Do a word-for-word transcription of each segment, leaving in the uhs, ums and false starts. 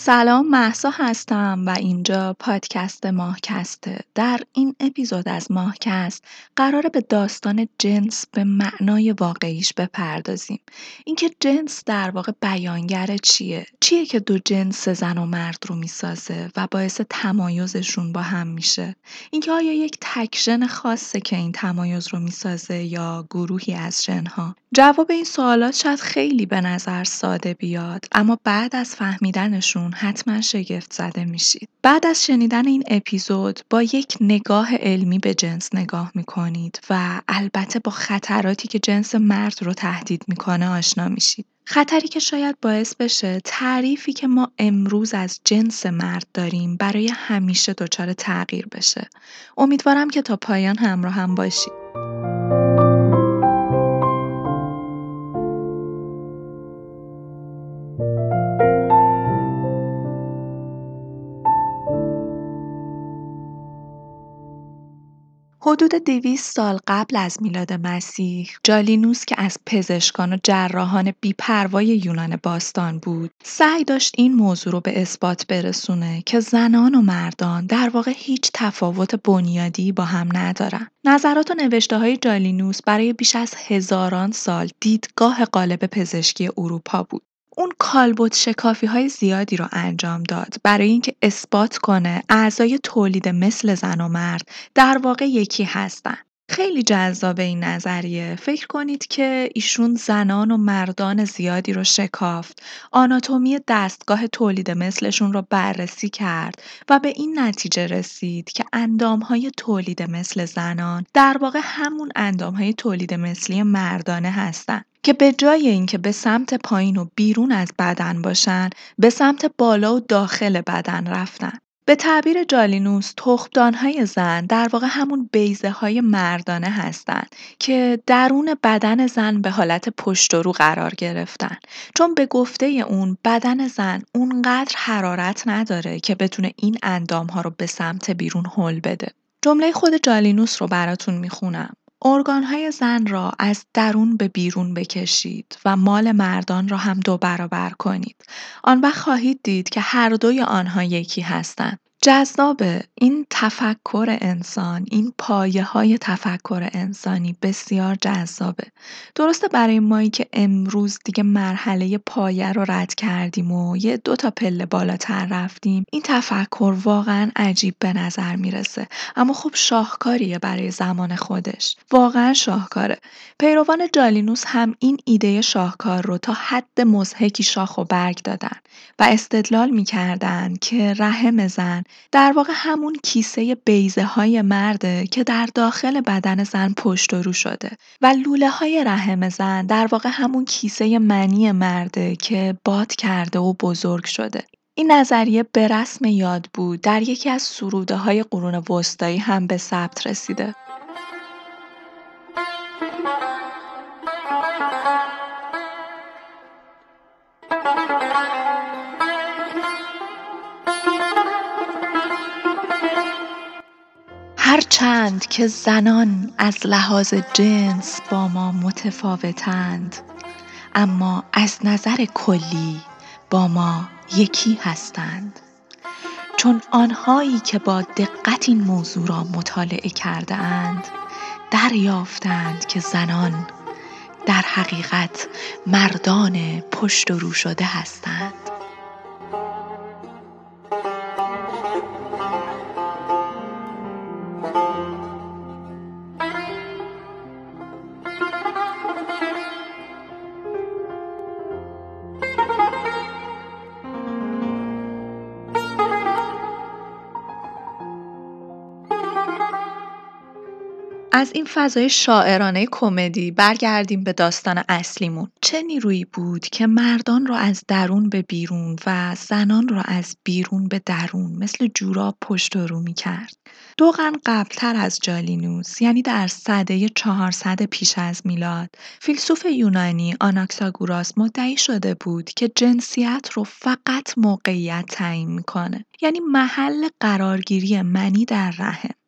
سلام، مهسا هستم و اینجا پادکست ماهکسته. در این اپیزود از ماهکست قراره به داستان جنس به معنای واقعیش بپردازیم. اینکه جنس در واقع بیانگر چیه؟ چیه که دو جنس زن و مرد رو میسازه و باعث تمایزشون با هم میشه؟ اینکه آیا یک تک ژن خاصه که این تمایز رو میسازه یا گروهی از ژن‌ها؟ جواب این سوالات شاید خیلی به نظر ساده بیاد، اما بعد از فهمیدنشون حتما شگفت زده میشید. بعد از شنیدن این اپیزود با یک نگاه علمی به جنس نگاه میکنید و البته با خطراتی که جنس مرد رو تهدید میکنه آشنا میشید. خطری که شاید باعث بشه تعریفی که ما امروز از جنس مرد داریم برای همیشه دچار تغییر بشه. امیدوارم که تا پایان همراه هم باشید. حدود دویست سال قبل از میلاد مسیح، جالینوس که از پزشکان و جراحان بی‌پروای یونان باستان بود، سعی داشت این موضوع رو به اثبات برسونه که زنان و مردان در واقع هیچ تفاوت بنیادی با هم ندارن. نظرات و نوشته‌های جالینوس برای بیش از هزاران سال دیدگاه غالب پزشکی اروپا بود. اون کالبد شکافی‌های زیادی رو انجام داد برای اینکه اثبات کنه اعضای تولید مثل زن و مرد در واقع یکی هستن. خیلی جذاب این نظریه. فکر کنید که ایشون زنان و مردان زیادی رو شکافت، آناتومی دستگاه تولید مثلشون رو بررسی کرد و به این نتیجه رسید که اندام‌های تولید مثل زنان در واقع همون اندام‌های تولید مثلی مردانه هستن، که به جای اینکه به سمت پایین و بیرون از بدن باشن، به سمت بالا و داخل بدن رفتن. به تعبیر جالینوس، تخمدان‌های زن در واقع همون بیضه‌های مردانه هستند که درون بدن زن به حالت پشت و رو قرار گرفتن. چون به گفته اون بدن زن اونقدر حرارت نداره که بتونه این اندام‌ها رو به سمت بیرون هل بده. جمله خود جالینوس رو براتون میخونم. ارگان‌های زن را از درون به بیرون بکشید و مال مردان را هم دو برابر کنید. آن وقت خواهید دید که هر دوی آنها یکی هستند. جذابه. این تفکر انسان، این پایه‌های تفکر انسانی بسیار جذابه. درسته برای مایی که امروز دیگه مرحله پایه رو رد کردیم و یه دو تا پله بالاتر رفتیم، این تفکر واقعا عجیب به نظر میرسه، اما خب شاهکاریه برای زمان خودش. واقعا شاهکاره. پیروان جالینوس هم این ایده شاهکار رو تا حد مضحکی شاخ و برگ دادن و استدلال می‌کردن که رحم زن در واقع همون کیسه بیضه های مرده که در داخل بدن زن پشت و رو شده و لوله های رحم زن در واقع همون کیسه منی مرده که باد کرده و بزرگ شده. این نظریه به رسم یاد بود در یکی از سروده های قرون وسطایی هم به ثبت رسیده. هرچند که زنان از لحاظ جنس با ما متفاوتند، اما از نظر کلی با ما یکی هستند. چون آنهایی که با دقت این موضوع را مطالعه کرده اند، دریافتند که زنان در حقیقت مردان پشت و رو شده هستند. از این فضای شاعرانه کمدی برگردیم به داستان اصلیمون. چه نیرویی بود که مردان را از درون به بیرون و زنان را از بیرون به درون مثل جوراب پشت و رو می کرد؟ دو قرن قبلتر از جالینوس، یعنی در سده چهارصد پیش از میلاد، فیلسوف یونانی آناکساگوراس مدعی شده بود که جنسیت رو فقط موقعیت تعیین میکنه، یعنی محل قرارگیری منی در رحم.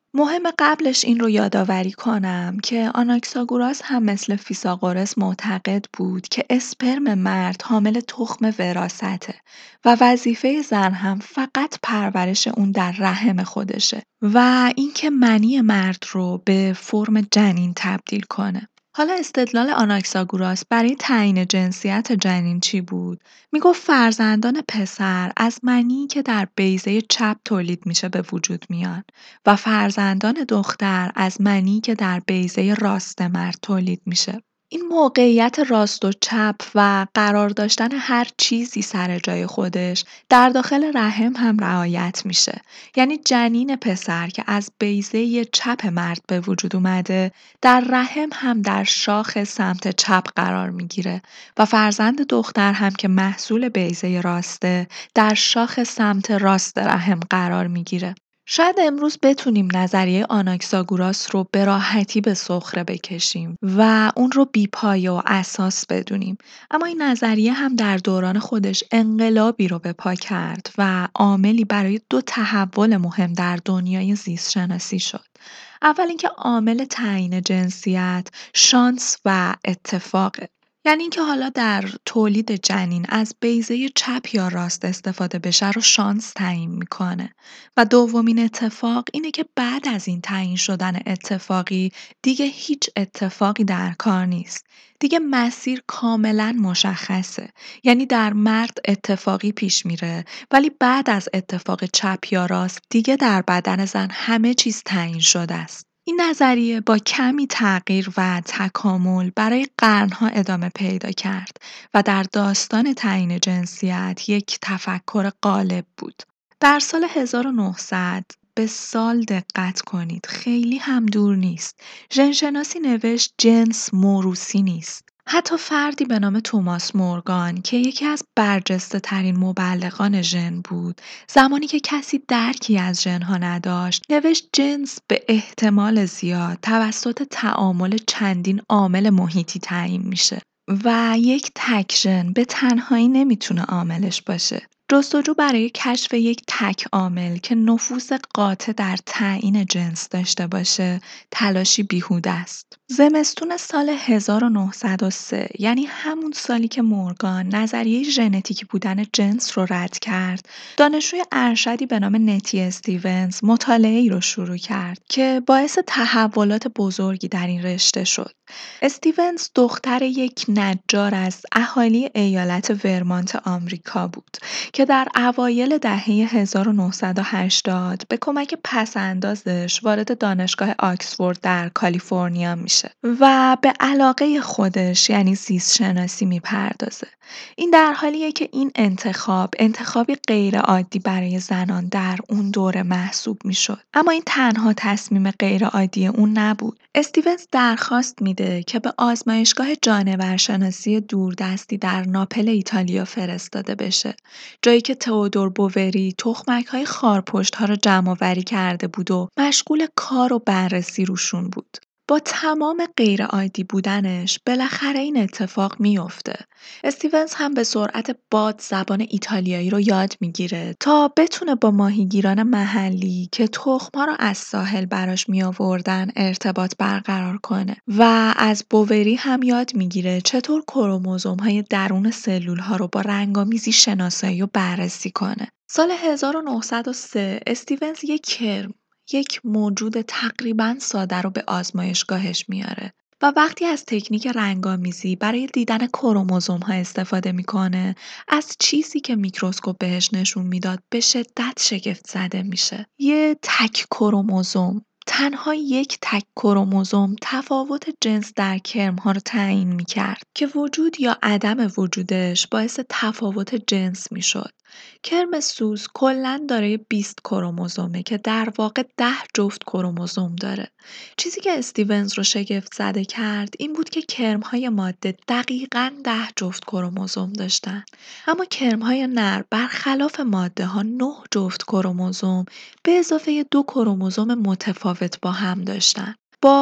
مهم قبلش این رو یادآوری کنم که آناکساگوراس هم مثل فیثاغورس معتقد بود که اسپرم مرد حامل تخم وراثته و وظیفه زن هم فقط پرورش اون در رحم خودشه و اینکه منی مرد رو به فرم جنین تبدیل کنه. حالا استدلال آناکساگوراس برای تعیین جنسیت جنین چی بود؟ میگفت فرزندان پسر از منی که در بیضه چپ تولید میشه به وجود میان و فرزندان دختر از منی که در بیضه راست مرد تولید میشه. این موقعیت راست و چپ و قرار داشتن هر چیزی سر جای خودش در داخل رحم هم رعایت میشه. یعنی جنین پسر که از بیضه چپ مرد به وجود اومده در رحم هم در شاخ سمت چپ قرار میگیره و فرزند دختر هم که محصول بیضه راسته در شاخ سمت راست رحم قرار میگیره. شاید امروز بتونیم نظریه آناکساگوراس رو به راحتی به سخره بکشیم و اون رو بی‌پایه و اساس بدونیم، اما این نظریه هم در دوران خودش انقلابی رو به پا کرد و عاملی برای دو تحول مهم در دنیای زیست‌شناسی شد. اول اینکه عامل تعیین جنسیت، شانس و اتفاقه. یعنی اینکه حالا در تولید جنین از بیضه چپ یا راست استفاده بشه رو شانس تعیین میکنه. و دومین اتفاق اینه که بعد از این تعیین شدن اتفاقی دیگه هیچ اتفاقی در کار نیست. دیگه مسیر کاملا مشخصه. یعنی در مرد اتفاقی پیش میره ولی بعد از اتفاق چپ یا راست دیگه در بدن زن همه چیز تعیین شده است. این نظریه با کمی تغییر و تکامل برای قرنها ادامه پیدا کرد و در داستان تعیین جنسیت یک تفکر غالب بود. در سال هزار و نهصد به سال دقت کنید، خیلی هم دور نیست، ژن‌شناسی نوشت جنس موروثی نیست. حتی فردی به نام توماس مورگان که یکی از برجسته ترین مبلغان ژن بود، زمانی که کسی درکی از ژن‌ها نداشت، نوشت جنس به احتمال زیاد توسط تعامل چندین عامل محیطی تعیین میشه و یک تک ژن به تنهایی نمیتونه عاملش باشه. جستجو برای کشف یک تک عامل که نفوذ قاطع در تعیین جنس داشته باشه تلاشی بیهوده است. زمستون سال هزار و نهصد و سه، یعنی همون سالی که مورگان نظریه ژنتیکی بودن جنس رو رد کرد، دانشجوی ارشدی به نام نتی استیونز مطالعه‌ای رو شروع کرد که باعث تحولات بزرگی در این رشته شد. استیونز دختر یک نجار از اهالی ایالت ورمانت آمریکا بود که در اوایل دهه هزار و نهصد و هشتاد به کمک پس‌اندازش وارد دانشگاه آکسفورد در کالیفرنیا میشه و به علاقه خودش یعنی زیست شناسی میپردازه. این در حالیه که این انتخاب انتخابی غیر عادی برای زنان در اون دوره محسوب میشد. اما این تنها تصمیم غیر عادی اون نبود. استیونز درخواست میده که به آزمایشگاه جانورشناسی دوردستی در ناپل ایتالیا فرستاده بشه، جایی که تئودور بووری تخمک‌های خارپشت‌ها رو جمع‌آوری کرده بود و مشغول کار و بررسی روشون بود. با تمام غیرعادی بودنش بالاخره این اتفاق میفته. استیونز هم به سرعت باد زبان ایتالیایی رو یاد میگیره تا بتونه با ماهیگیران محلی که تخم‌ها رو از ساحل براش میآوردن ارتباط برقرار کنه و از بووری هم یاد میگیره چطور کروموزوم‌های درون سلول‌ها رو با رنگامیزی شناسایی و بررسی کنه. سال هزار و نهصد و سه استیونز یک کرم، یک موجود تقریباً ساده رو به آزمایشگاهش میاره و وقتی از تکنیک رنگامیزی برای دیدن کروموزوم‌ها استفاده میکنه، از چیزی که میکروسکوپ بهش نشون میداد به شدت شگفت زده میشه. یه تک کروموزوم، تنها یک تک کروموزوم تفاوت جنس در کرم‌ها رو تعیین میکرد که وجود یا عدم وجودش باعث تفاوت جنس میشد. کرم سوز کلاً دارای بیست کروموزومه که در واقع ده جفت کروموزوم داره. چیزی که استیونز رو شگفت زده کرد این بود که کرم‌های ماده دقیقاً ده جفت کروموزوم داشتن، اما کرم‌های نر برخلاف ماده‌ها نه جفت کروموزوم به اضافه دو کروموزوم متفاوت با هم داشتن. با اون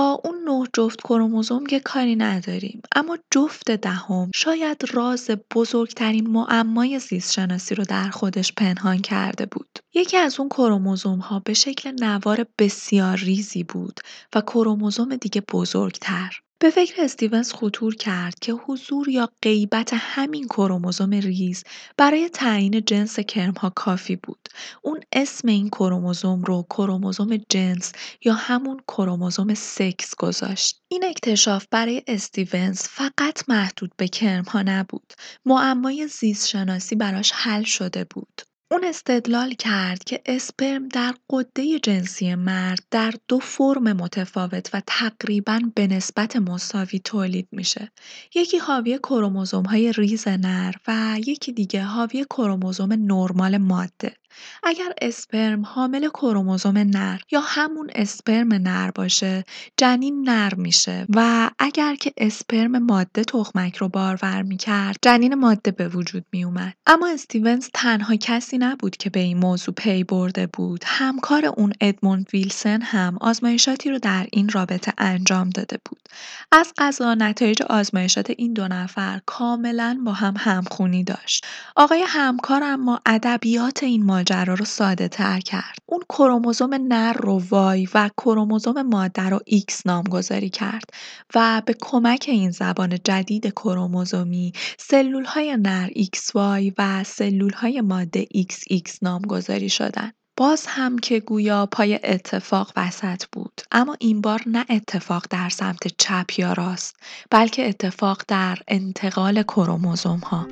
نه جفت کروموزوم که کاری نداریم، اما جفت دهم شاید راز بزرگترین معمای زیستشناسی رو در خودش پنهان کرده بود. یکی از اون کروموزوم ها به شکل نوار بسیار ریزی بود و کروموزوم دیگه بزرگتر. به فکر استیونز خطور کرد که حضور یا غیبت همین کروموزوم ریز برای تعیین جنس کرم‌ها کافی بود. اون اسم این کروموزوم رو کروموزوم جنس یا همون کروموزوم سکس گذاشت. این اکتشاف برای استیونز فقط محدود به کرم‌ها نبود. معمای زیستشناسی براش حل شده بود. اون استدلال کرد که اسپرم در غده جنسی مرد در دو فرم متفاوت و تقریباً به نسبت مساوی تولید میشه. یکی حاوی کروموزوم‌های ریز نر و یکی دیگه حاوی کروموزوم نرمال ماده. اگر اسپرم حامل کروموزوم نر یا همون اسپرم نر باشه، جنین نر میشه و اگر که اسپرم ماده تخمک رو بارور میکرد، جنین ماده به وجود میومد. اما استیونز تنها کسی نبود که به این موضوع پی برده بود. همکار اون ادموند ویلسن هم آزمایشاتی رو در این رابطه انجام داده بود. از قضا نتایج آزمایشات این دو نفر کاملا با هم همخونی داشت. آقای همکار اما ادبیات این ماجرا رو ساده تر کرد. اون کروموزوم نر رو وای و کروموزوم ماده رو ایکس نامگذاری کرد و به کمک این زبان جدید کروموزومی سلول‌های نر ایکس وای و سلول‌های ماده ایکس ایکس نامگذاری شدند. باز هم که گویا پای اتفاق وسط بود، اما این بار نه اتفاق در سمت چپ یا راست، بلکه اتفاق در انتقال کروموزوم‌ها.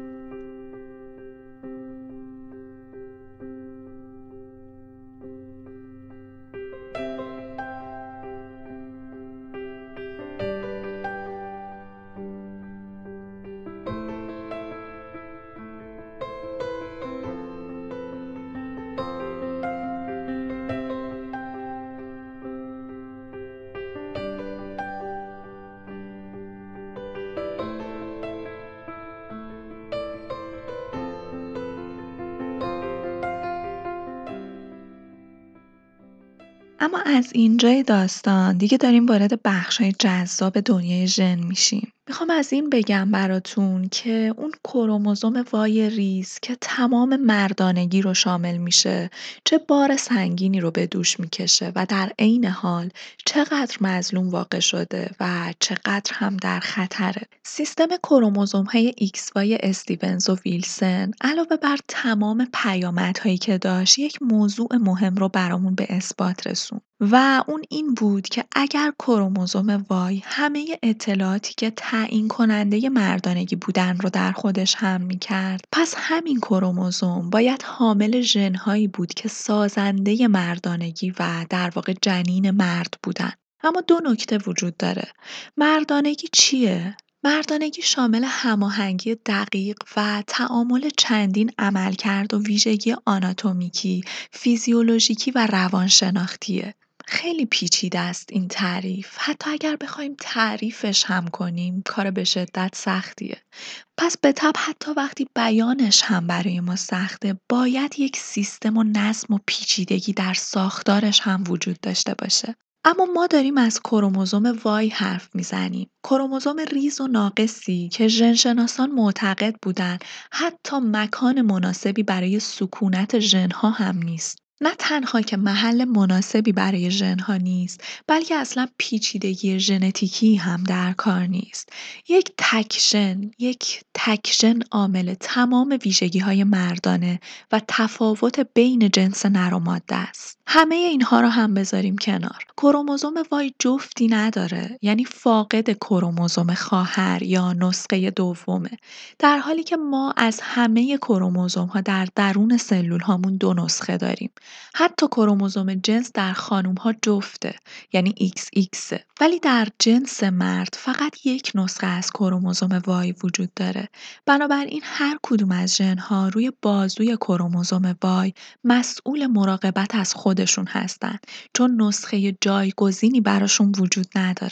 اما از اینجای داستان دیگه داریم وارد بخشای جذاب دنیای ژن میشیم. میخوام از این بگم براتون که اون کروموزوم وای ریز که تمام مردانگی رو شامل میشه، چه بار سنگینی رو به دوش میکشه و در عین حال چقدر مظلوم واقع شده و چقدر هم در خطره. سیستم کروموزوم های ایکس وای استیونز و ویلسن علاوه بر تمام پیامدهایی که داشت، یک موضوع مهم رو برامون به اثبات رسون و اون این بود که اگر کروموزوم وای همه اطلاعاتی که تعیین کننده مردانگی بودن رو در خودش حمل می‌کرد، پس همین کروموزوم باید حامل ژن‌هایی بود که سازنده مردانگی و در واقع جنین مرد بودن. اما دو نکته وجود داره. مردانگی چیه؟ مردانگی شامل هماهنگی دقیق و تعامل چندین عملکرد و ویژگی آناتومیکی، فیزیولوژیکی و روانشناختیه. خیلی پیچیده است این تعریف. حتی اگر بخوایم تعریفش هم کنیم، کار به شدت سختیه. پس به طبع حتی وقتی بیانش هم برای ما سخته، باید یک سیستم و نظم و پیچیدگی در ساختارش هم وجود داشته باشه. اما ما داریم از کروموزوم وای حرف میزنیم. کروموزوم ریز و ناقصی که ژنشناسان معتقد بودند حتی مکان مناسبی برای سکونت ژن‌ها هم نیست. نه تنها که محل مناسبی برای ژن‌ها نیست، بلکه اصلا پیچیدگی ژنتیکی هم در کار نیست. یک تک ژن، یک تک ژن عامل تمام ویژگی‌های مردانه و تفاوت بین جنس نر و ماده است. همه اینها رو هم بذاریم کنار. کروموزوم وای جفتی نداره، یعنی فاقد کروموزوم خواهر یا نسخه دومه. در حالی که ما از همه کروموزوم‌ها در درون سلول هامون دو نسخه داریم. حتی کروموزوم جنس در خانم‌ها جفته، یعنی ایکس ایکسه. ولی در جنس مرد فقط یک نسخه از کروموزوم وای وجود داره. بنابراین هر کدوم از ژن‌ها روی بازوی کروموزوم وای مسئول مراقبت از خودشون هستن، چون نسخه جایگزینی براشون وجود نداره.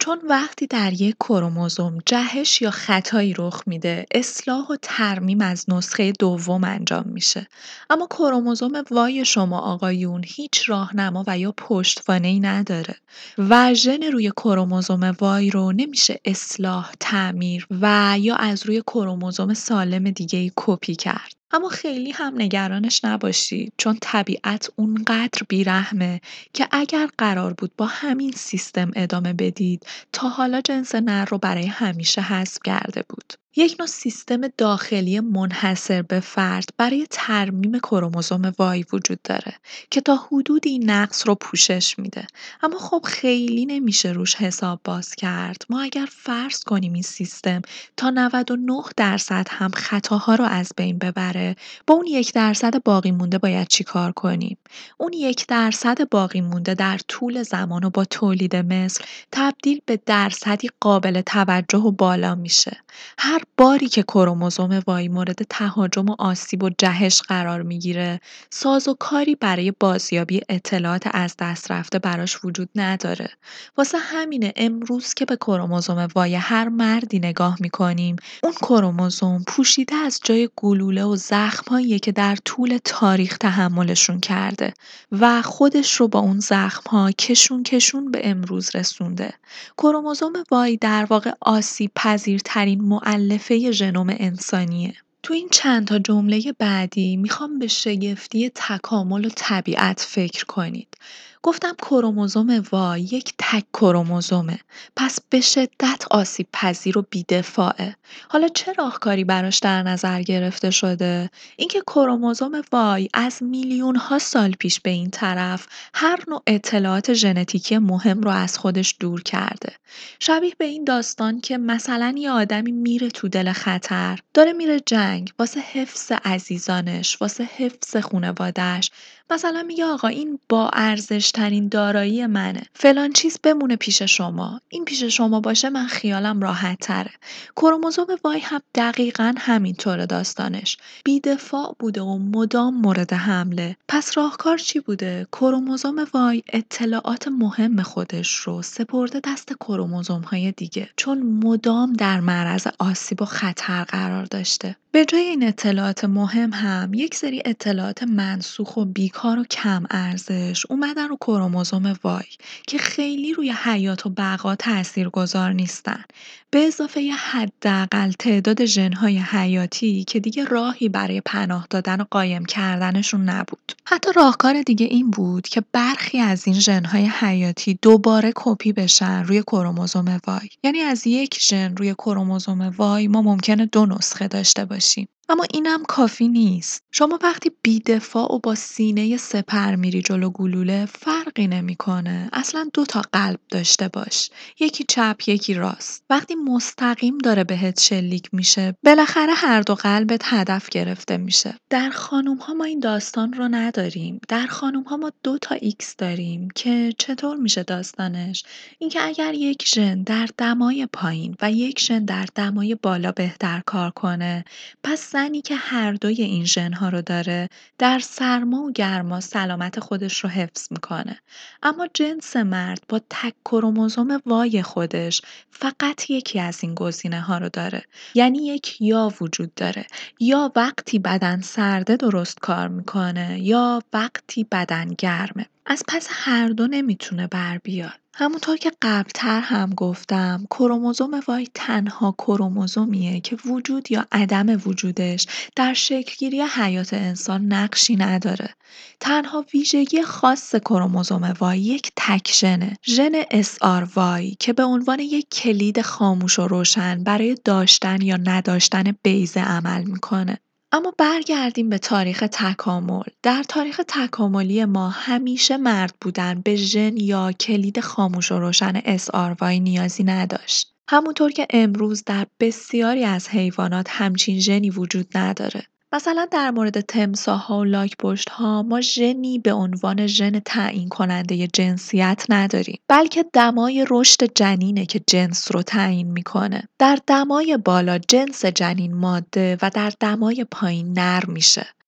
چون وقتی در یک کروموزوم جهش یا خطایی رخ میده، اصلاح و ترمیم از نسخه دوم انجام میشه. اما کروموزوم وای شما آقایون هیچ راهنما و یا پشتوانه‌ای نداره و ژن روی کروموزوم وای رو نمیشه اصلاح، تعمیر و یا از روی کروموزوم سالم دیگه‌ای کپی کرد. اما خیلی هم نگرانش نباشید، چون طبیعت اونقدر بیرحمه که اگر قرار بود با همین سیستم ادامه بدید، تا حالا جنس نر رو برای همیشه حذف کرده بود. یک نوع سیستم داخلی منحصر به فرد برای ترمیم کروموزوم وای وجود داره که تا حدودی این نقص رو پوشش میده. اما خب خیلی نمیشه روش حساب باز کرد. ما اگر فرض کنیم این سیستم تا نود و نه درصد هم خطاها رو از بین ببره، با اون یک درصد باقی مونده باید چی کار کنیم؟ اون یک درصد باقی مونده در طول زمان و با تولید مثل تبدیل به درصدی قابل توجه و بالا میشه. هر باری که کروموزوم وای مورد تهاجم و آسیب و جهش قرار میگیره، سازوکاری برای بازیابی اطلاعات از دست رفته براش وجود نداره. واسه همینه امروز که به کروموزوم وای هر مردی نگاه میکنیم، اون کروموزوم پوشیده از جای گلوله و زخم‌هاییه که در طول تاریخ تحملشون کرده و خودش رو با اون زخم‌ها کشون کشون به امروز رسونده. کروموزوم وای در واقع آسیب پذیرترین مؤلفه ژنوم انسانیه. تو این چند تا جمله بعدی میخوام به شگفتی تکامل و طبیعت فکر کنید. گفتم کروموزوم وای یک تک کروموزومه، پس به شدت آسیب پذیر و بی‌دفاعه. حالا چه راهکاری براش در نظر گرفته شده؟ اینکه کروموزوم وای از میلیون ها سال پیش به این طرف هر نوع اطلاعات ژنتیکی مهم رو از خودش دور کرده. شبیه به این داستان که مثلا یه آدمی میره تو دل خطر، داره میره جنگ واسه حفظ عزیزانش، واسه حفظ خونواده‌اش. مثلا میگه آقا این با ارزش ترین دارایی منه، فلان چیز بمونه پیش شما، این پیش شما باشه من خیالم راحت تره. کروموزوم وای هم دقیقا همینطوره داستانش، بی‌دفاع بوده و مدام مورد حمله. پس راهکار چی بوده؟ کروموزوم وای اطلاعات مهم خودش رو سپرده دست کروموزوم های دیگه، چون مدام در معرض آسیب و خطر قرار داشته. به جای این اطلاعات مهم هم یک سری اطلاعات منسوخ و بیکار و کم ارزش اومدن رو کروموزوم وای که خیلی روی حیات و بقا تاثیرگذار نیستن، به اضافه یه حداقل تعداد ژن‌های حیاتی که دیگه راهی برای پناه دادن و قایم کردنشون نبود. حتی راهکار دیگه این بود که برخی از این ژن‌های حیاتی دوباره کپی بشن روی کروموزوم وای. یعنی از یک ژن روی کروموزوم وای ما ممکنه دو نسخه داشته باشیم. اما اینم کافی نیست. شما وقتی بی‌دفاع و با سینه سپر میری جلو گلوله فرقی نمیکنه. اصلا دو تا قلب داشته باش. یکی چپ یکی راست. وقتی مستقیم داره بهت شلیک میشه، بالاخره هر دو قلبت هدف گرفته میشه. در خانوم ها ما این داستان رو نداریم. در خانوم ها ما دو تا ایکس داریم که چطور میشه داستانش؟ اینکه اگر یک ژن در دمای پایین و یک ژن در دمای بالا بهتر کار کنه، پس زنی که هر دوی این ژن‌ها رو داره در سرما و گرما سلامت خودش رو حفظ میکنه. اما جنس مرد با تک کروموزوم وای خودش فقط یکی از این گزینه‌ها رو داره. یعنی یک یا وجود داره، یا وقتی بدن سرده درست کار میکنه یا وقتی بدن گرمه. از پس هر دو نمیتونه بر بیاد. همونطور که قبلتر هم گفتم، کروموزوم وای تنها کروموزومیه که وجود یا عدم وجودش در شکلگیری حیات انسان نقشی نداره. تنها ویژگی خاص کروموزوم وای یک تک ژنه، ژن اس آر وای که به عنوان یک کلید خاموش و روشن برای داشتن یا نداشتن بیضه عمل میکنه. اما برگردیم به تاریخ تکامل. در تاریخ تکاملی ما همیشه مرد بودن به ژن یا کلید خاموش و روشن اس آر وای نیازی نداشت. همونطور که امروز در بسیاری از حیوانات همچین ژنی وجود نداره. مثلا در مورد تمساح‌ها و لاک‌پشت‌ها ما ژنی به عنوان ژن تعیین کننده جنسیت نداریم، بلکه دمای رشد جنینه که جنس رو تعیین میکنه. در دمای بالا جنس جنین ماده و در دمای پایین نر میشه.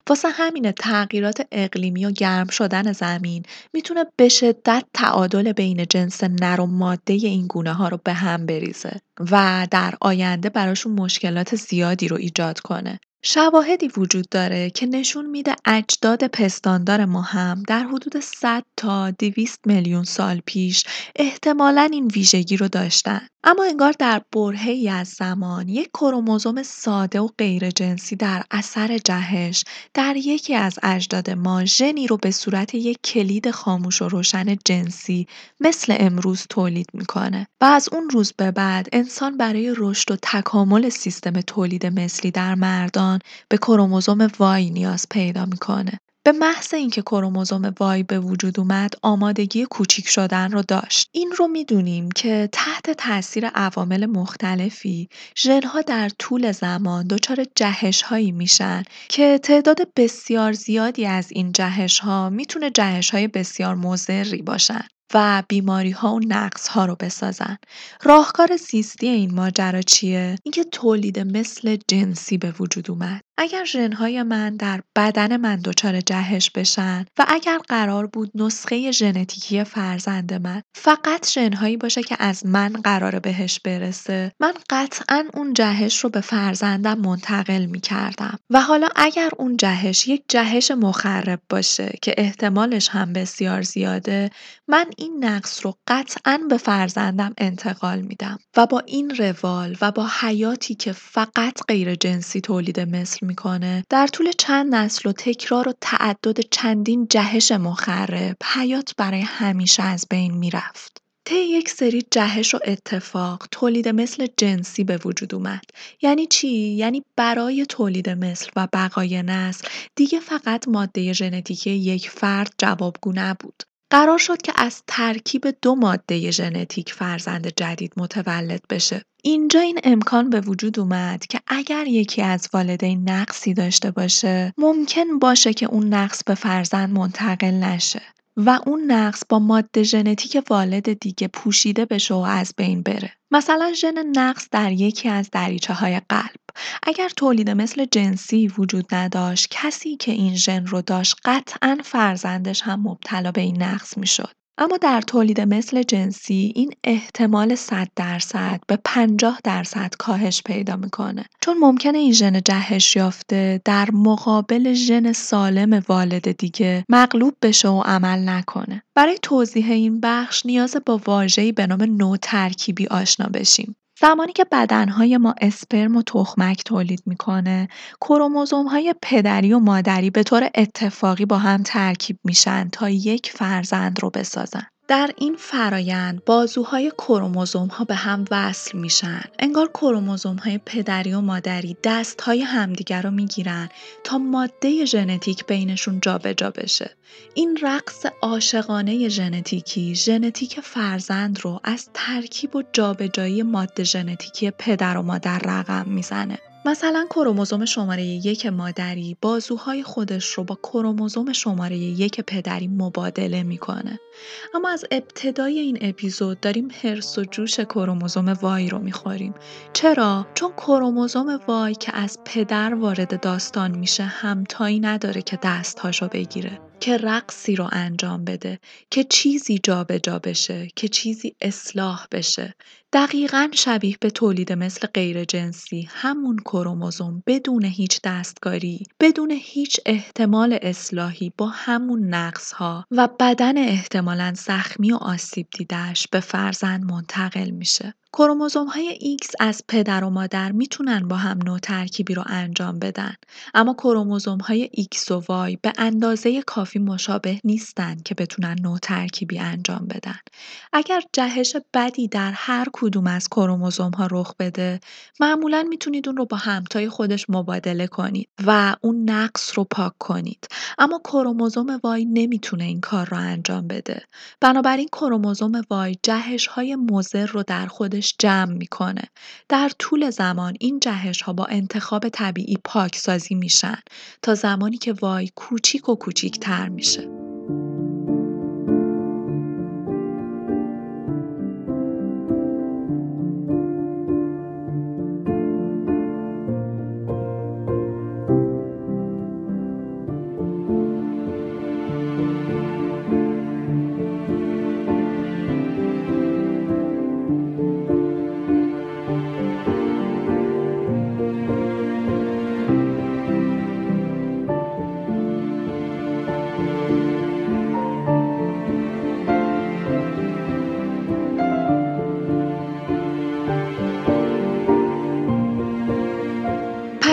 واسه همینه تغییرات اقلیمی و گرم شدن زمین میتونه به شدت تعادل بین جنس نر و ماده این گونه ها رو به هم بریزه و در آینده براشون مشکلات زیادی رو ایجاد کنه. شواهدی وجود داره که نشون میده اجداد پستاندار ما هم در حدود صد تا دویست میلیون سال پیش احتمالاً این ویژگی رو داشتن. اما انگار در برهه‌ای از زمان یک کروموزوم ساده و غیر جنسی در اثر جهش در یکی از اجداد ما ژنی رو به صورت یک کلید خاموش و روشن جنسی مثل امروز تولید میکنه و از اون روز به بعد انسان برای رشد و تکامل سیستم تولید مثلی در مردان به کروموزوم وای نیاز پیدا میکنه. به محض اینکه کروموزوم وای به وجود اومد، آمادگی کوچیک شدن رو داشت. این رو میدونیم که تحت تاثیر عوامل مختلفی ژن‌ها در طول زمان دچار جهش‌هایی میشن که تعداد بسیار زیادی از این جهش‌ها میتونه جهش‌های بسیار مضری باشن و بیماری‌ها و نقص‌ها رو بسازن. راهکار زیستی این ماجرا چیه؟ اینکه تولید مثل جنسی به وجود اومد. اگر ژن‌های من در بدن من دچار جهش بشن و اگر قرار بود نسخه ژنتیکی فرزند من فقط ژن‌هایی باشه که از من قراره بهش برسه، من قطعاً اون جهش رو به فرزندم منتقل می‌کردم. و حالا اگر اون جهش یک جهش مخرب باشه که احتمالش هم بسیار زیاده، من این نقص رو قطعاً به فرزندم انتقال میدم و با این روال و با حیاتی که فقط غیر جنسی تولید مثل میکنه، در طول چند نسل و تکرار و تعدد چندین جهش مخرب، حیات برای همیشه از بین میرفت. طی یک سری جهش و اتفاق تولید مثل جنسی به وجود اومد. یعنی چی؟ یعنی برای تولید مثل و بقای نسل دیگه فقط ماده ژنتیکی یک فرد جوابگو نبود. قرار شد که از ترکیب دو ماده ژنتیک فرزند جدید متولد بشه. اینجا این امکان به وجود اومد که اگر یکی از والدین نقصی داشته باشه، ممکن باشه که اون نقص به فرزند منتقل نشه و اون نقص با ماده ژنتیک والد دیگه پوشیده بشه و از بین بره. مثلا ژن نقص در یکی از دریچه‌های قلب. اگر تولید مثل جنسی وجود نداشت، کسی که این ژن رو داشت قطعاً فرزندش هم مبتلا به این نقص میشد. اما در تولید مثل جنسی این احتمال صد درصد به پنجاه درصد کاهش پیدا میکنه، چون ممکنه این ژن جهش یافته در مقابل ژن سالم والد دیگه مغلوب بشه و عمل نکنه. برای توضیح این بخش نیاز با واژه‌ای به نام نوترکیبی آشنا بشیم. زمانی که بدنهای ما اسپرم و تخمک تولید میکنه، کروموزوم‌های پدری و مادری به طور اتفاقی با هم ترکیب میشن تا یک فرزند رو بسازن. در این فرایند بازوهای کروموزوم‌ها به هم وصل میشن. انگار کروموزوم‌های پدری و مادری دست‌های همدیگر رو میگیرن تا ماده ژنتیک بینشون جابجا بشه. این رقص عاشقانه ژنتیکی، ژنتیک فرزند رو از ترکیب و جابجایی ماده ژنتیکی پدر و مادر رقم میزنه. مثلا کروموزوم شماره یک مادری بازوهای خودش رو با کروموزوم شماره یک پدری مبادله میکنه. اما از ابتدای این اپیزود داریم هرس و جوش کروموزوم وای رو میخوریم. چرا؟ چون کروموزوم وای که از پدر وارد داستان میشه همتایی نداره که دستهاشو بگیره، که رقصی رو انجام بده، که چیزی جابجا بشه، که چیزی اصلاح بشه. دقیقاً شبیه به تولید مثل غیر جنسی، همون کروموزوم بدون هیچ دستکاری، بدون هیچ احتمال اصلاحی با همون نقص‌ها و بدن احتمالاً زخمی و آسیب دیده‌اش به فرزند منتقل میشه. کروموزوم‌های ایکس از پدر و مادر میتونن با هم نوترکیبی رو انجام بدن، اما کروموزوم‌های ایکس و وای به اندازه کافی مشابه نیستن که بتونن نوترکیبی انجام بدن. اگر جهش بدی در هر کدوم از کروموزوم‌ها رخ بده، معمولاً میتونید اون رو با همتای خودش مبادله کنید و اون نقص رو پاک کنید. اما کروموزوم وای نمیتونه این کار رو انجام بده. بنابراین کروموزوم وای جهش‌های مضر رو در خودش جمع میکنه. در طول زمان این جهش‌ها با انتخاب طبیعی پاکسازی میشن تا زمانی که وای کوچیک و کوچیک‌تر میشه.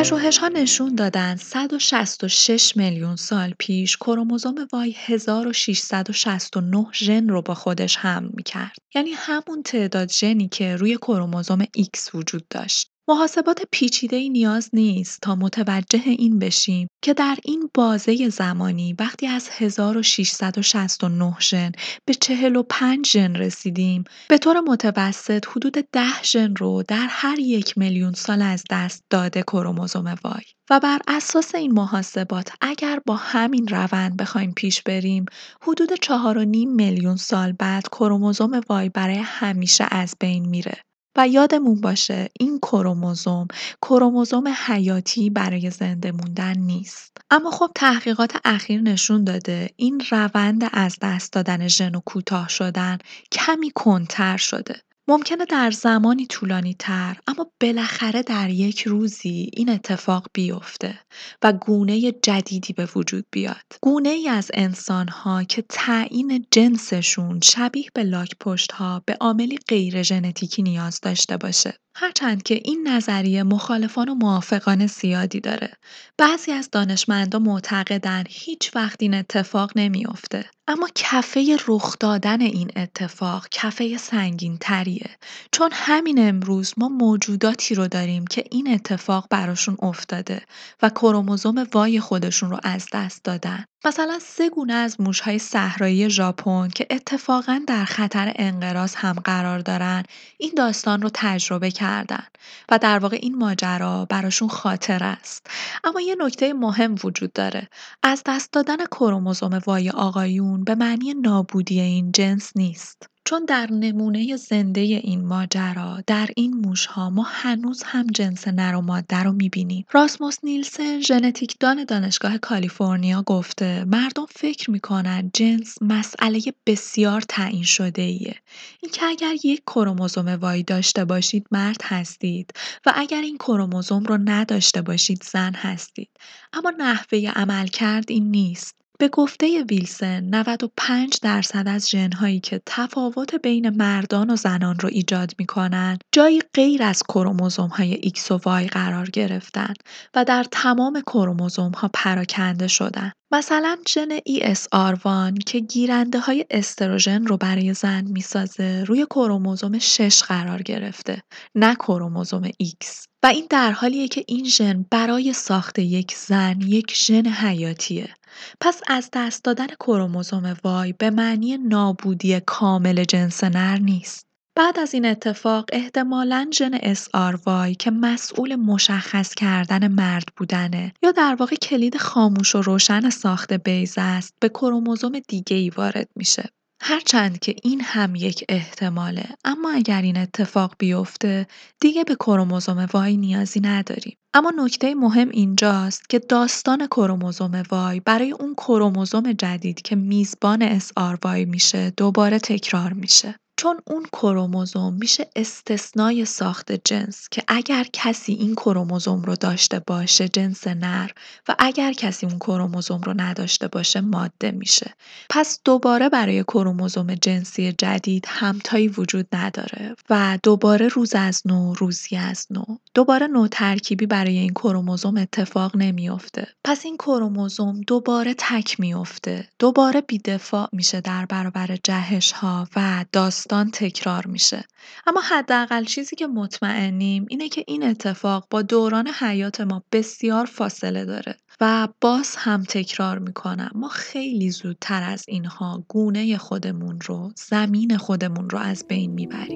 پژوهش‌ها نشون دادن صد و شصت و شش میلیون سال پیش کروموزوم وای هزار و ششصد و شصت و نه ژن رو با خودش حمل می‌کرد. یعنی همون تعداد ژنی که روی کروموزوم ایکس وجود داشت. محاسبات پیچیده‌ای نیاز نیست تا متوجه این بشیم که در این بازه زمانی وقتی از هزار و ششصد و شصت و نه ژن به چهل و پنج ژن رسیدیم، به طور متوسط حدود ده ژن رو در هر یک میلیون سال از دست داده کروموزوم وای. و بر اساس این محاسبات اگر با همین روند بخوایم پیش بریم، حدود چهار و نیم میلیون سال بعد کروموزوم وای برای همیشه از بین میره. و یادمون باشه این کروموزوم کروموزوم حیاتی برای زنده موندن نیست. اما خب تحقیقات اخیر نشون داده این روند از دست دادن ژن و کوتاه شدن کمی کندتر شده. ممکنه در زمانی طولانی تر اما بالاخره در یک روزی این اتفاق بیفته و گونه جدیدی به وجود بیاد. گونه ای از انسان ها که تعیین جنسشون شبیه به لاک‌پشت ها به عاملی غیر ژنتیکی نیاز داشته باشه. هرچند که این نظریه مخالفان و موافقان زیادی داره. بعضی از دانشمندا معتقدن هیچ وقت این اتفاق نمیافته. اما کفه رخ دادن این اتفاق کفه سنگین تریه. چون همین امروز ما موجوداتی رو داریم که این اتفاق براشون افتاده و کروموزوم وای خودشون رو از دست دادن. مثلا سه گونه از موش‌های صحرایی ژاپن که اتفاقاً در خطر انقراض هم قرار دارن، این داستان رو تجربه کردن و در واقع این ماجرا براشون خاطره است. اما یه نکته مهم وجود داره. از دست دادن کروموزوم وای آقایون به معنی نابودی این جنس نیست. چون در نمونه زنده این ماجرا در این موش‌ها ما هنوز هم جنس نر و ماده رو می‌بینیم. راسموس نیلسن ژنتیکدان دانشگاه کالیفرنیا گفته مردم فکر می‌کنن جنس مسئله بسیار تعیین شده‌ایه. این که اگر یک کروموزوم وای داشته باشید مرد هستید و اگر این کروموزوم رو نداشته باشید زن هستید. اما نحوه عملکرد این نیست. به گفته ویلسن نود و پنج درصد از ژن‌هایی که تفاوت بین مردان و زنان رو ایجاد می‌کنن جایی غیر از کروموزوم‌های ایکس و وای قرار گرفتن و در تمام کروموزوم‌ها پراکنده شدن. مثلا ژن ای اس آر یک که گیرنده‌های استروژن رو برای زن میسازه روی کروموزوم شش قرار گرفته، نه کروموزوم ایکس. و این در حالیه که این ژن برای ساخت یک زن یک ژن حیاتیه. پس از دست دادن کروموزوم وای به معنی نابودی کامل جنس نر نیست. بعد از این اتفاق احتمالاً ژن اس آر وای که مسئول مشخص کردن مرد بودنه یا در واقع کلید خاموش و روشن ساخت بیضه است به کروموزوم دیگه‌ای وارد میشه. هرچند که این هم یک احتماله، اما اگر این اتفاق بیفته دیگه به کروموزوم وای نیازی نداریم. اما نکته مهم اینجاست که داستان کروموزوم وای برای اون کروموزوم جدید که میزبان اس آر وای میشه دوباره تکرار میشه. چون اون کروموزوم میشه استثنای ساخت جنس که اگر کسی این کروموزوم رو داشته باشه جنس نر و اگر کسی اون کروموزوم رو نداشته باشه ماده میشه. پس دوباره برای کروموزوم جنسی جدید همتایی وجود نداره و دوباره روز از نو روزی از نو دوباره نوع ترکیبی برای این کروموزوم اتفاق نمیافته. پس این کروموزوم دوباره تک میافته، دوباره بی‌دفاع میشه در برابر جهش ها و داستان تکرار میشه. اما حداقل چیزی که مطمئنیم اینه که این اتفاق با دوران حیات ما بسیار فاصله داره و باز هم تکرار میکنم ما خیلی زودتر از اینها گونه خودمون رو، زمین خودمون رو از بین میبریم.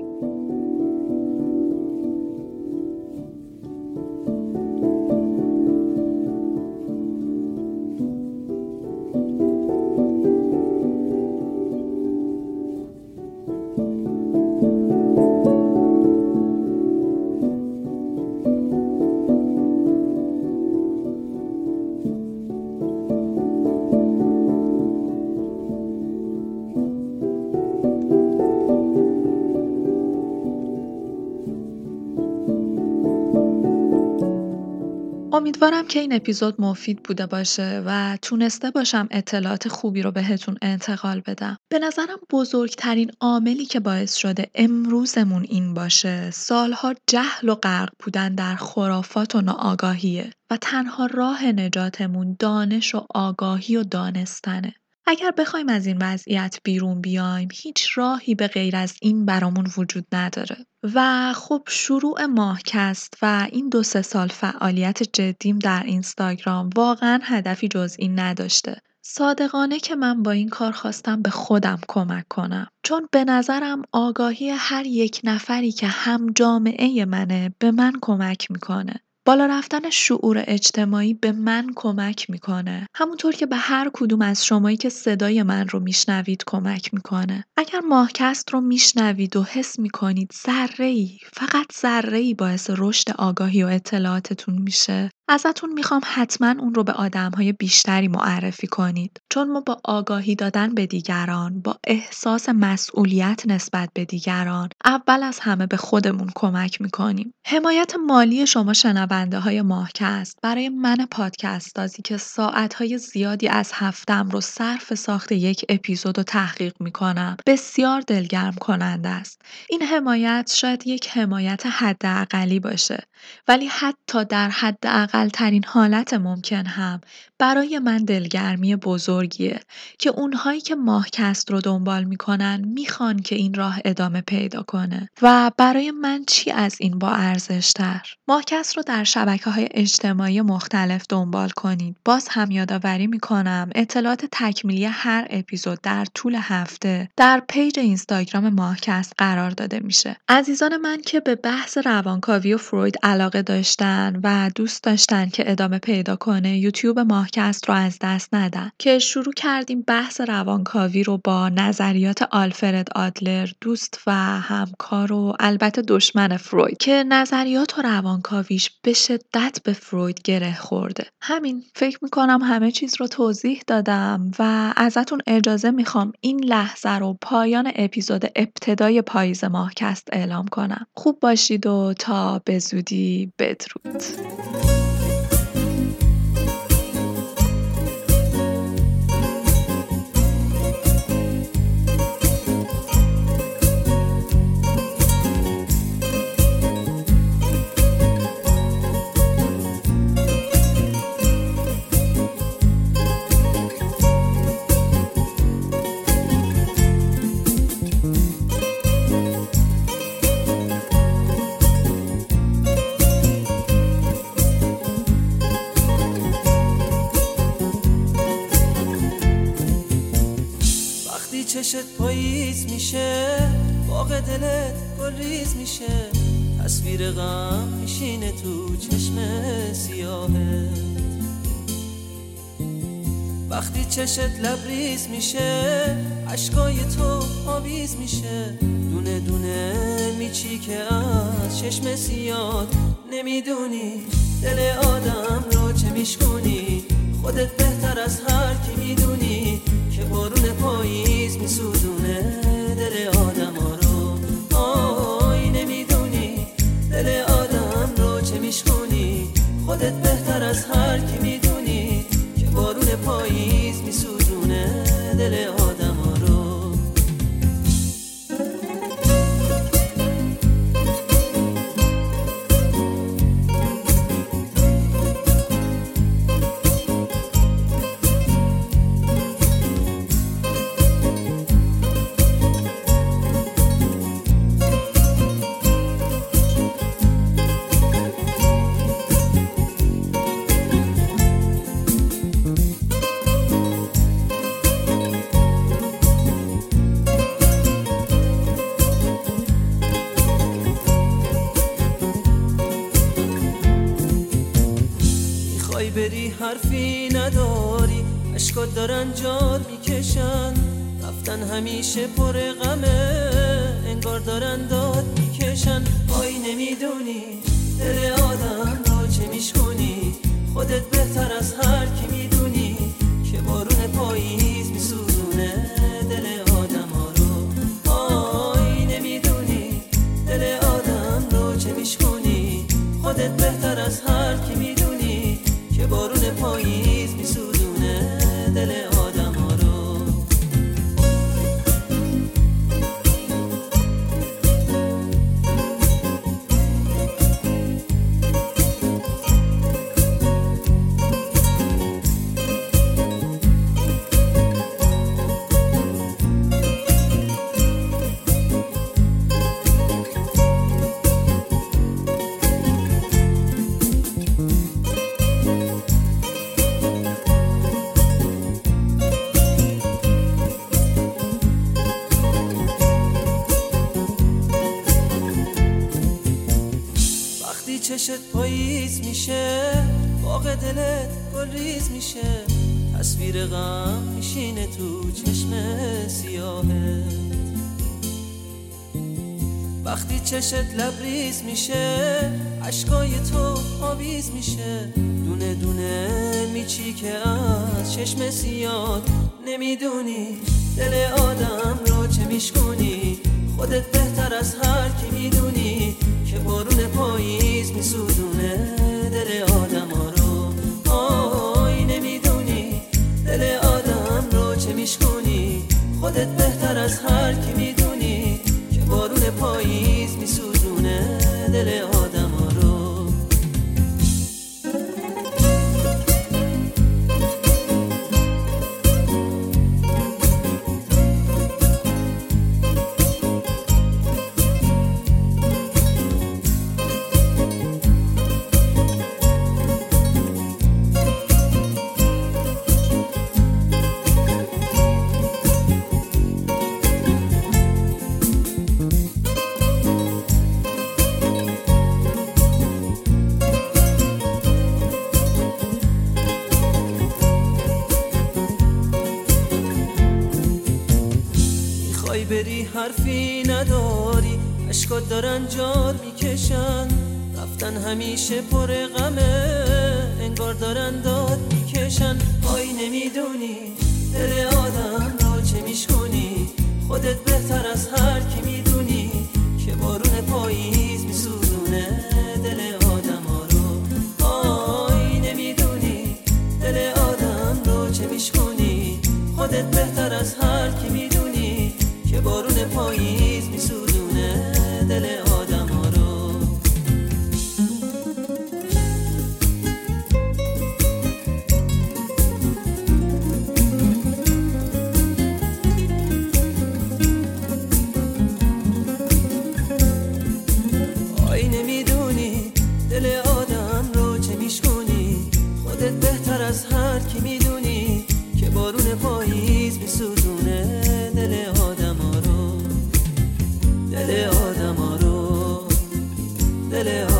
امیدوارم که این اپیزود مفید بوده باشه و تونسته باشم اطلاعات خوبی رو بهتون انتقال بدم. به نظرم بزرگترین عاملی که باعث شده امروزمون این باشه، سالها جهل و غرق بودن در خرافات و ناآگاهیه و تنها راه نجاتمون دانش و آگاهی و دانستنه. اگر بخوایم از این وضعیت بیرون بیایم، هیچ راهی به غیر از این برامون وجود نداره. و خب شروع ماهکست و این دو سه سال فعالیت جدیم در اینستاگرام واقعا هدفی جز این نداشته. صادقانه که من با این کار خواستم به خودم کمک کنم. چون به نظرم آگاهی هر یک نفری که هم جامعه منه به من کمک میکنه. بالا رفتن شعور اجتماعی به من کمک میکنه. همونطور که به هر کدوم از شمایی که صدای من رو میشنوید کمک میکنه. اگر ماهکست رو میشنوید و حس میکنید ذره‌ای، فقط ذره‌ای باعث رشد آگاهی و اطلاعاتتون میشه، ازتون میخوام حتما اون رو به آدمهای بیشتری معرفی کنید. چون ما با آگاهی دادن به دیگران، با احساس مسئولیت نسبت به دیگران، اول از همه به خودمون کمک میکنیم. حمایت مالی شما شنونده های ماهکست برای من پادکست سازی که ساعتهای زیادی از هفتم رو صرف ساخت یک اپیزود و تحقیق میکنم بسیار دلگرم کننده است. این حمایت شاید یک حمایت حداقلی باشه، ولی حتی در حداقل ترین حالت ممکن هم برای من دلگرمی بزرگیه که اونهایی که ماهکست رو دنبال میکنن میخوان که این راه ادامه پیدا کنه و برای من چی از این با ارزش تر. ماهکست رو در شبکه‌های اجتماعی مختلف دنبال کنید. باز هم یادآوری میکنم اطلاعات تکمیلی هر اپیزود در طول هفته در پیج اینستاگرام ماهکست قرار داده میشه. عزیزان من که به بحث روانکاوی و فروید علاقه داشتن و دوست داشتن که ادامه پیدا کنه، یوتیوب ماهکست رو از دست ندن که شروع کردیم بحث روانکاوی رو با نظریات آلفرد آدلر، دوست و همکار و البته دشمن فروید که نظریات و روانکاویش به شدت به فروید گره خورده. همین، فکر میکنم همه چیز رو توضیح دادم و ازتون اجازه میخوام این لحظه رو پایان اپیزود ابتدای پاییز ماهکست اعلام کنم. خوب باشید و تا به زودی بدرود. چشت پاییز میشه، باغ دلت گلریز میشه، تصویر غم میشینه تو چشم سیاهت. وقتی چشت لبریز میشه، عشقای تو آویز میشه، دونه دونه میچی که از چشم سیاه. نمیدونی دل آدم رو چه میشکنی، خودت بهتر از هر کی میدونی که بارون پاییز میسوزونه دل آدم ها رو. آی نمیدونی دل آدم رو چه میشکنی، خودت بهتر از هر کی میدونی که بارون پاییز میسوزونه دل آدم ها رو. بری حرفی نداری، اشکات دارن جار میکشن، رفتن همیشه پر غمه، انگار دارن داد میکشن. آی نمیدونی دل آدم رو چه میشکنی، خودت بهتر از هر کی میدونی که بارون پاییز میسوزونه دل آدم ها رو. آی نمیدونی دل آدم رو چه میشکنی، خودت بهتر از هر کی میدونی چشت پاییز میشه، باغ دلت گل ریز میشه، تصویر غم میشینه تو چشم سیاهت. وقتی چشت لبریز میشه، عشقای تو آویز میشه، دونه دونه میچی که از چشم سیاه نمیدونی دل آدم رو چه میشکنی. خودت بهتر از هر کی میدونی که بارون پاییز میسوزونه دل آدم ها رو. آی نمیدونی دل آدم رو چه میشکنی. خودت بهتر از هر کی میدونی که بارون پاییز میسوزونه دل آدم ها رو. بری حرفی نداری، اشکات دارن جار میکشن، رفتن همیشه پر غمه، انگار دارن داد میکشن. آی نمیدونی دل آدم رو چه میشکنی. خودت بهتر از هر کی میدونی که بارون پاییز میسوزونه دل آدم ها رو. آی نمیدونی دل آدم رو چه میشکنی. خودت بهتر از هر کی میدونی که بارون پاییز میسوزونه دل آدم ها رو. آی نمیدونی دل آدم رو چه میشکنی. خودت بهتر از هر کی میدونی که بارون پاییز میسوزونه دل آدم ها رو. دل آدم ها رو. دل